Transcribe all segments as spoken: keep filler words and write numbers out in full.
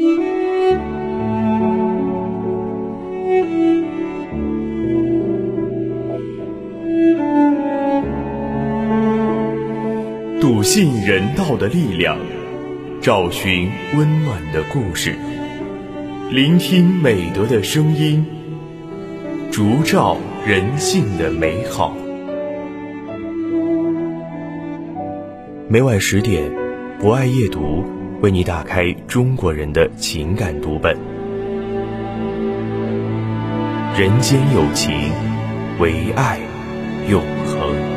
笃信人道的力量，找寻温暖的故事，聆听美德的声音，烛照人性的美好。每晚十点，博爱夜读为你打开中国人的情感读本。人间有情，唯爱永恒。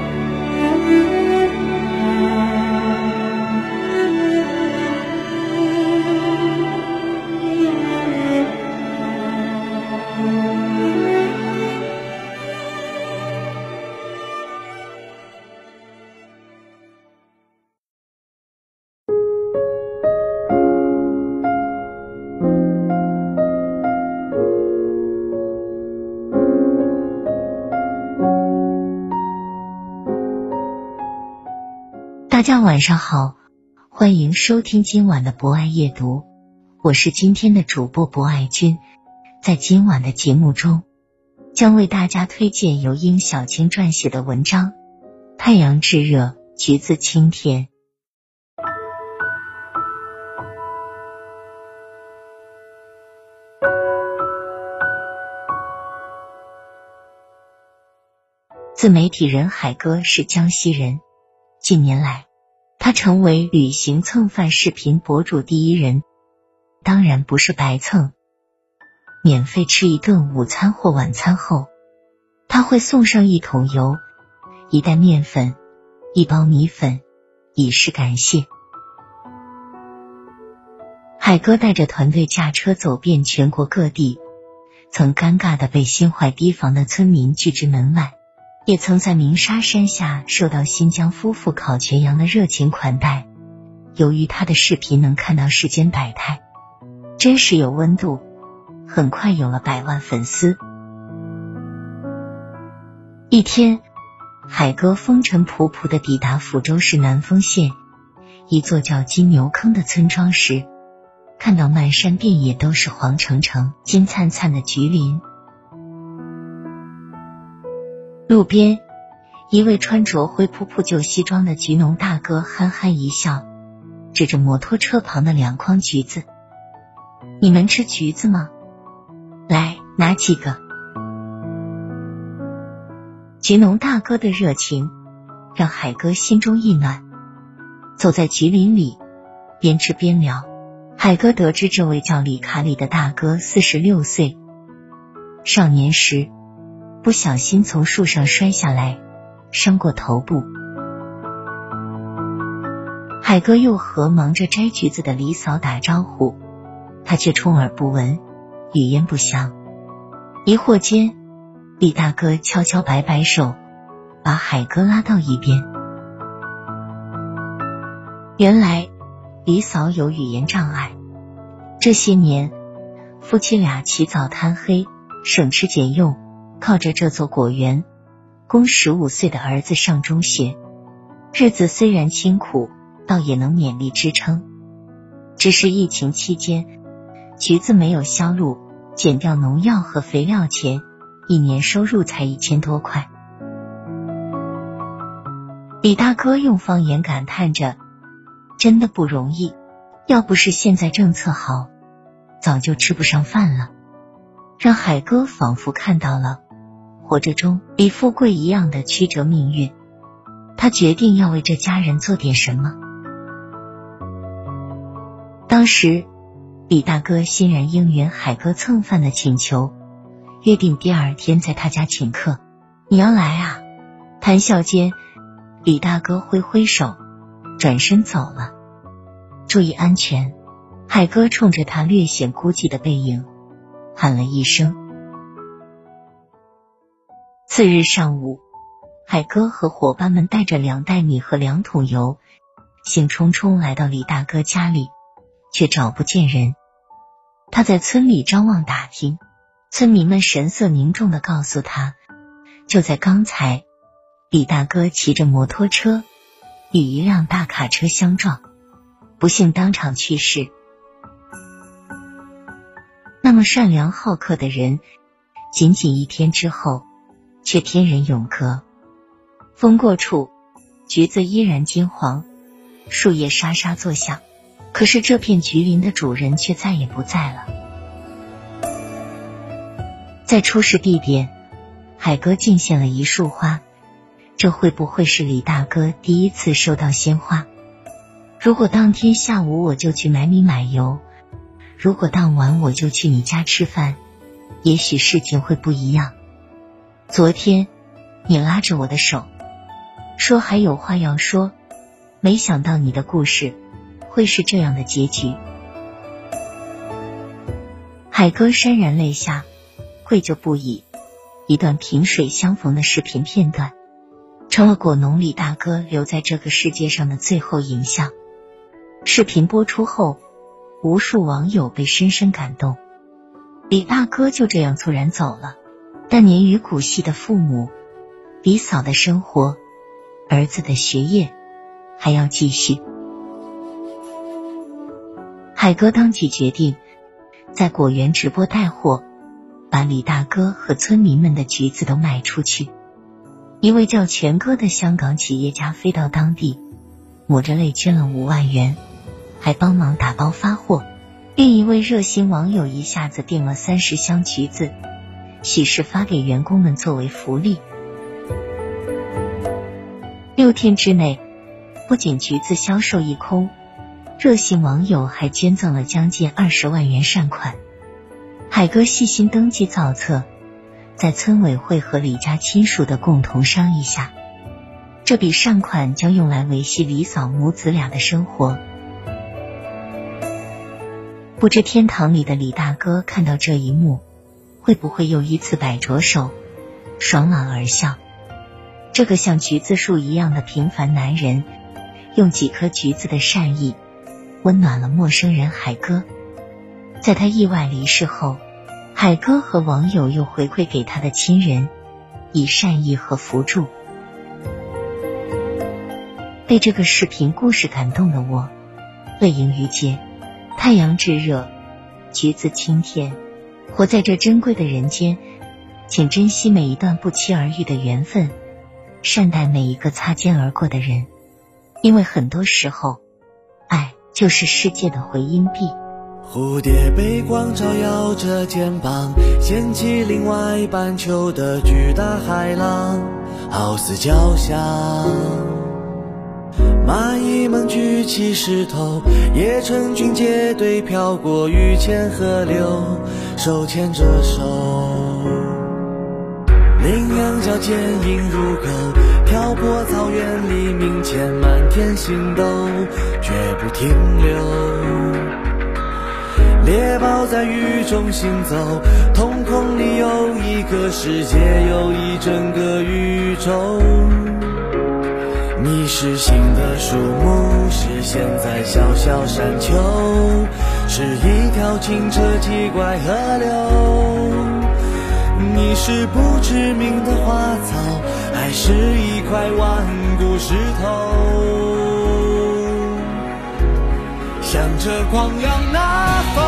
大家晚上好，欢迎收听今晚的博爱夜读，我是今天的主播博爱君。在今晚的节目中，将为大家推荐由殷小青撰写的文章《太阳炙热，橘子清甜》。自媒体人海哥是江西人，近年来他成为旅行蹭饭视频博主第一人，当然不是白蹭。免费吃一顿午餐或晚餐后，他会送上一桶油、一袋面粉、一包米粉，以示感谢。海哥带着团队驾车走遍全国各地，曾尴尬地被心怀提防的村民拒之门外，也曾在鸣沙山下受到新疆夫妇烤全羊的热情款待。由于他的视频能看到世间百态，真实有温度，很快有了百万粉丝。一天，海哥风尘仆仆地抵达抚州市南丰县一座叫金牛坑的村庄时，看到漫山遍野都是黄澄澄、金灿灿的橘林。路边，一位穿着灰扑扑旧西装的橘农大哥憨憨一笑，指着摩托车旁的两筐橘子：“你们吃橘子吗？来，拿几个。”橘农大哥的热情让海哥心中一暖。走在橘林里，边吃边聊，海哥得知这位叫李卡里的大哥四十六岁，少年时不小心从树上摔下来，伤过头部。海哥又和忙着摘橘子的李嫂打招呼，他却充耳不闻，语焉不详。疑惑间，李大哥悄悄摆摆手，把海哥拉到一边。原来李嫂有语言障碍，这些年夫妻俩起早贪黑，省吃俭用，靠着这座果园供十五岁的儿子上中学，日子虽然清苦，倒也能勉力支撑。只是疫情期间，橘子没有销路，减掉农药和肥料钱，一年收入才一千多块。李大哥用方言感叹着，真的不容易，要不是现在政策好，早就吃不上饭了。让海哥仿佛看到了活着中李富贵一样的曲折命运，他决定要为这家人做点什么。当时李大哥欣然应允海哥蹭饭的请求，约定第二天在他家请客。你要来啊？谈笑间，李大哥挥挥手，转身走了。注意安全，海哥冲着他略显孤寂的背影喊了一声。次日上午，海哥和伙伴们带着两袋米和两桶油，兴冲冲来到李大哥家里，却找不见人。他在村里张望打听，村民们神色凝重地告诉他，就在刚才，李大哥骑着摩托车与一辆大卡车相撞，不幸当场去世。 么善良好客的人，仅仅一天之后却天人永隔。风过处，橘子依然金黄，树叶沙沙作响，可是这片橘林的主人却再也不在了。在出事地点，海哥敬献了一束花，这会不会是李大哥第一次收到鲜花？如果当天下午我就去买米买油，如果当晚我就去你家吃饭，也许事情会不一样。昨天你拉着我的手，说还有话要说，没想到你的故事会是这样的结局。海哥潸然泪下，愧疚不已。一段萍水相逢的视频片段，成了果农李大哥留在这个世界上的最后影像。视频播出后，无数网友被深深感动。李大哥就这样猝然走了，但年逾古稀的父母、李嫂的生活、儿子的学业还要继续。海哥当即决定在果园直播带货，把李大哥和村民们的橘子都卖出去。一位叫全哥的香港企业家飞到当地，抹着泪捐了五万元，还帮忙打包发货。另一位热心网友一下子订了三十箱橘子，许是发给员工们作为福利。六天之内，不仅橘子销售一空，热心网友还捐赠了将近二十万元善款。海哥细心登记造册，在村委会和李家亲属的共同商议下，这笔善款将用来维系李嫂母子俩的生活。不知天堂里的李大哥看到这一幕，会不会又一次摆着手，爽朗而笑？这个像橘子树一样的平凡男人，用几颗橘子的善意，温暖了陌生人海哥。在他意外离世后，海哥和网友又回馈给他的亲人以善意和扶助。被这个视频故事感动的我，泪盈于睫。太阳炙热，橘子清甜，活在这珍贵的人间，请珍惜每一段不期而遇的缘分，善待每一个擦肩而过的人，因为很多时候，爱就是世界的回音壁。 蝴蝶被光照耀着肩膀，掀起另外半球的巨大海浪，好似交响。蚂蚁们举起石头，也成群结队飘过雨前河流，手牵着手。羚羊角坚硬如狗，漂泊草原黎明前满天星斗，绝不停留。猎豹在雨中行走，瞳孔里有一个世界，有一整个宇宙。你是新的树木，是现在小小山丘，是一条清澈奇怪河流。你是不知名的花草，还是一块顽固石头？向着狂扬那风，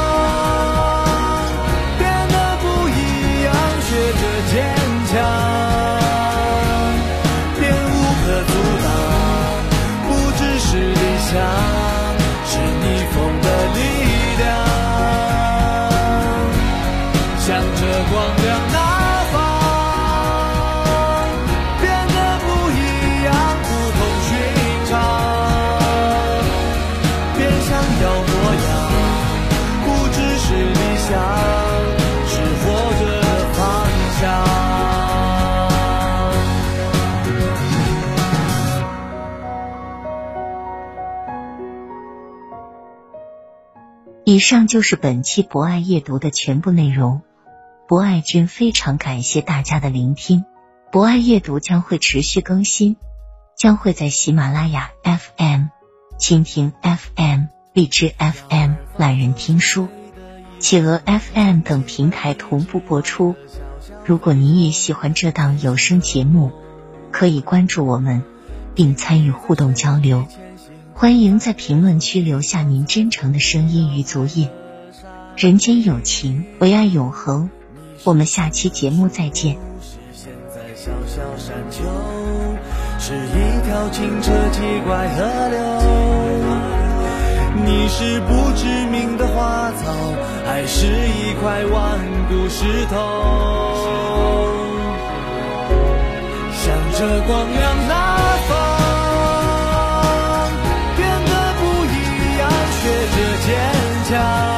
变得不一样，学着坚强。是理想，是逆风的力量，向着光亮那方，变得不一样，不同寻常，别想要模样，不只是理想，是活着的方向。 以上就是本期博爱夜读的全部内容。博爱君非常感谢大家的聆听，博爱夜读将会持续更新，将会在喜马拉雅 F M、 蜻蜓 F M、 荔枝 F M、 懒人听书、企鹅 F M 等平台同步播出。如果你也喜欢这档有声节目，可以关注我们并参与互动交流。欢迎在评论区留下您真诚的声音与足印， 人间有情，唯爱永恒。我们下期节目再见。 现在小小山丘是一条清澈奇怪河流，你是不知名的花草，还是一块顽固石头？向着光亮那方，变得不一样，学着坚强，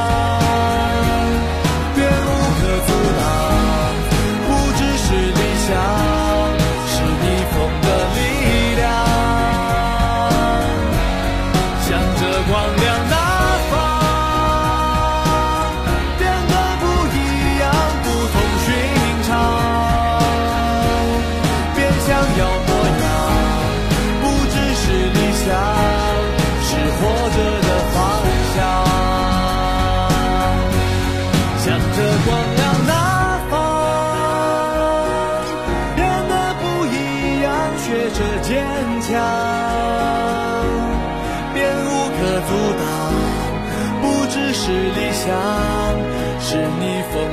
便无可阻挡。不只是理想，是逆风的力量。向着光亮那方，变得不一样，不同寻常。想要模样，不只是理想，是活着的方向。向着光亮那方，变得不一样，学着坚强，便无可阻挡。不只是理想，是逆风